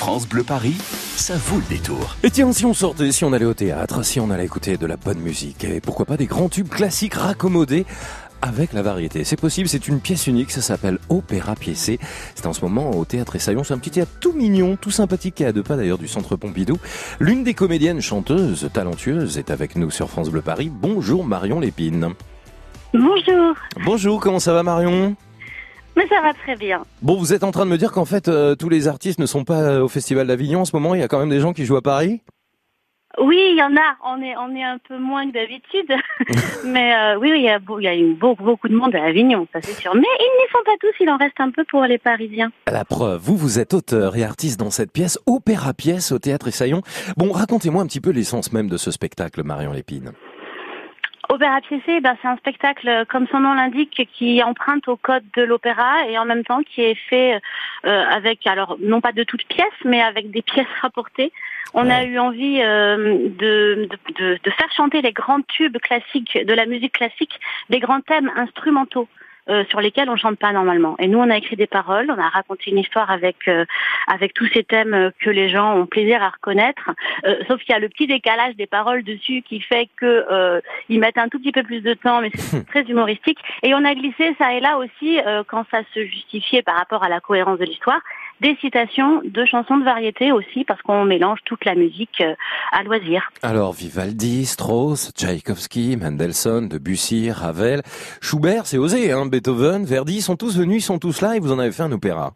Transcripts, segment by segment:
France Bleu Paris, ça vaut le détour. Et tiens, si on sortait, si on allait au théâtre, si on allait écouter de la bonne musique, et pourquoi pas des grands tubes classiques raccommodés avec la variété. C'est possible, c'est une pièce unique, ça s'appelle Opéra Piessé. C'est en ce moment au Théâtre Essaillon, c'est un petit théâtre tout mignon, tout sympathique, qui est à 2 pas d'ailleurs du Centre Pompidou. L'une des comédiennes chanteuses talentueuses est avec nous sur France Bleu Paris. Bonjour Marion Lépine. Bonjour. Bonjour, comment ça va Marion ? Mais ça va très bien. Bon, vous êtes en train de me dire qu'en fait, tous les artistes ne sont pas au Festival d'Avignon en ce moment, il y a quand même des gens qui jouent à Paris ? Oui, il y en a. On est un peu moins que d'habitude. Mais oui, il y a eu beaucoup de monde à Avignon, ça c'est sûr. Mais ils n'y sont pas tous, il en reste un peu pour les Parisiens. La preuve, vous êtes auteur et artiste dans cette pièce, Opéra Pièce au Théâtre Essaillon. Bon, racontez-moi un petit peu l'essence même de ce spectacle, Marion Lépine. Opéra Piessé, c'est un spectacle, comme son nom l'indique, qui emprunte au code de l'opéra et en même temps qui est fait avec, alors non pas de toutes pièces, mais avec des pièces rapportées. On a eu envie de faire chanter les grands tubes classiques de la musique classique, des grands thèmes instrumentaux. Sur lesquels on chante pas normalement. Et nous, on a écrit des paroles, on a raconté une histoire avec tous ces thèmes que les gens ont plaisir à reconnaître. Sauf qu'il y a le petit décalage des paroles dessus qui fait que ils mettent un tout petit peu plus de temps, mais c'est très humoristique. Et on a glissé ça et là aussi, quand ça se justifiait par rapport à la cohérence de l'histoire, des citations de chansons de variété aussi, parce qu'on mélange toute la musique à loisir. Alors, Vivaldi, Strauss, Tchaïkovski, Mendelssohn, Debussy, Ravel, Schubert, c'est osé, hein, Beethoven, Verdi, ils sont tous venus, ils sont tous là et vous en avez fait un opéra.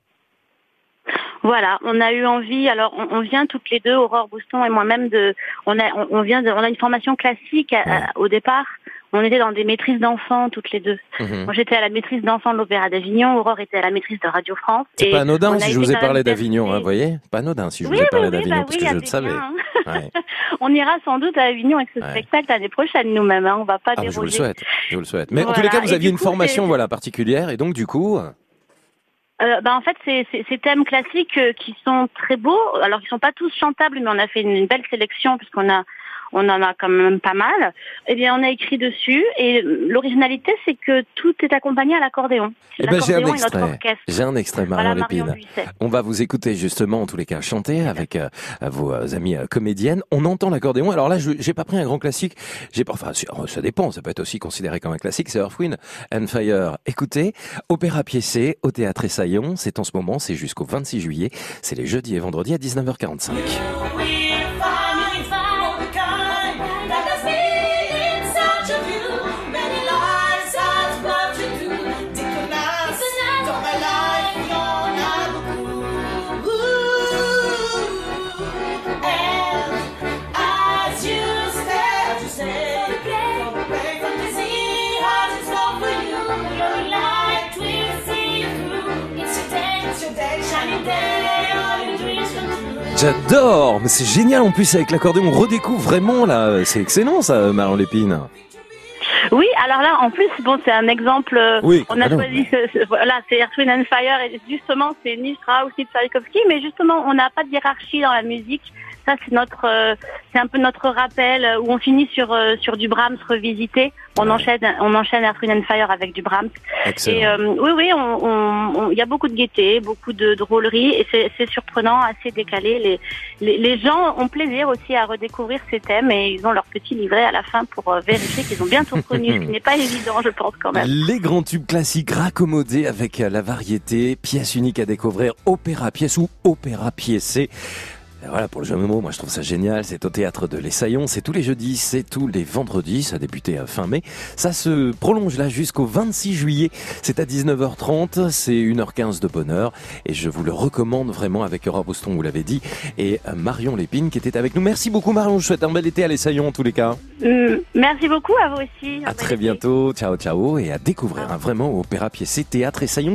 Voilà, on a eu envie, alors on vient toutes les deux, Aurore Bouston et moi-même, on a une formation classique au départ. On était dans des maîtrises d'enfants toutes les deux. Moi j'étais à la maîtrise d'enfants de l'Opéra d'Avignon, Aurore était à la maîtrise de Radio France. C'est pas anodin si je vous ai parlé d'Avignon, vous voyez ? Pas anodin si je vous ai parlé d'Avignon, parce que je le savais. Ouais. On ira sans doute à Avignon avec ce spectacle l'année prochaine nous-mêmes, on va pas déroger. Je vous le souhaite. Mais en tous les cas, vous aviez une formation particulière et donc du coup... en fait, ces thèmes classiques qui sont très beaux, alors ils sont pas tous chantables, mais on a fait une belle sélection puisqu'on en a quand même pas mal. Eh bien, on a écrit dessus et l'originalité, c'est que tout est accompagné à l'accordéon. J'ai un extrait, Marion Lépine. On va vous écouter justement, en tous les cas, chanter avec vos amies comédiennes. On entend l'accordéon. Alors là, j'ai pas pris un grand classique. Ça dépend. Ça peut être aussi considéré comme un classique. C'est Earth, Wind and Fire. Écoutez, Opéra Piessé au Théâtre Essaillon. C'est en ce moment, c'est jusqu'au 26 juillet. C'est les jeudis et vendredis à 19h45. J'adore, mais c'est génial en plus avec l'accordéon, on redécouvre vraiment là, c'est excellent ça, Marion Lépine. Oui, alors là, en plus, c'est un exemple. On a choisi, c'est Earth, Wind and Fire, et justement, c'est ni Strauss ni Tchaïkovski, mais justement, on n'a pas de hiérarchie dans la musique. Ça, c'est un peu notre rappel où on finit sur du Brahms revisité. On enchaîne Earth, Wind and Fire avec du Brahms. Excellent. Et il y a beaucoup de gaieté, beaucoup de drôlerie, et c'est surprenant, assez décalé. Les gens ont plaisir aussi à redécouvrir ces thèmes et ils ont leur petit livret à la fin pour vérifier qu'ils ont bien tout reconnu, ce qui n'est pas évident, je pense quand même. Les grands tubes classiques raccommodés avec la variété, pièce unique à découvrir, Opéra Pièce ou Opéra Piessé. Et voilà, pour le jeu de mots, moi je trouve ça génial, c'est au Théâtre de l'Essaillon, c'est tous les jeudis, c'est tous les vendredis, ça a débuté fin mai, ça se prolonge là jusqu'au 26 juillet, c'est à 19h30, c'est 1h15 de bonheur, et je vous le recommande vraiment avec Aurore Bouston, vous l'avez dit, et Marion Lépine qui était avec nous. Merci beaucoup Marion, je souhaite un bel été à l'Essaillon en tous les cas. Merci beaucoup, à vous aussi. À très bientôt, ciao ciao, et à découvrir vraiment Opéra Piessé, Théâtre Essaillon.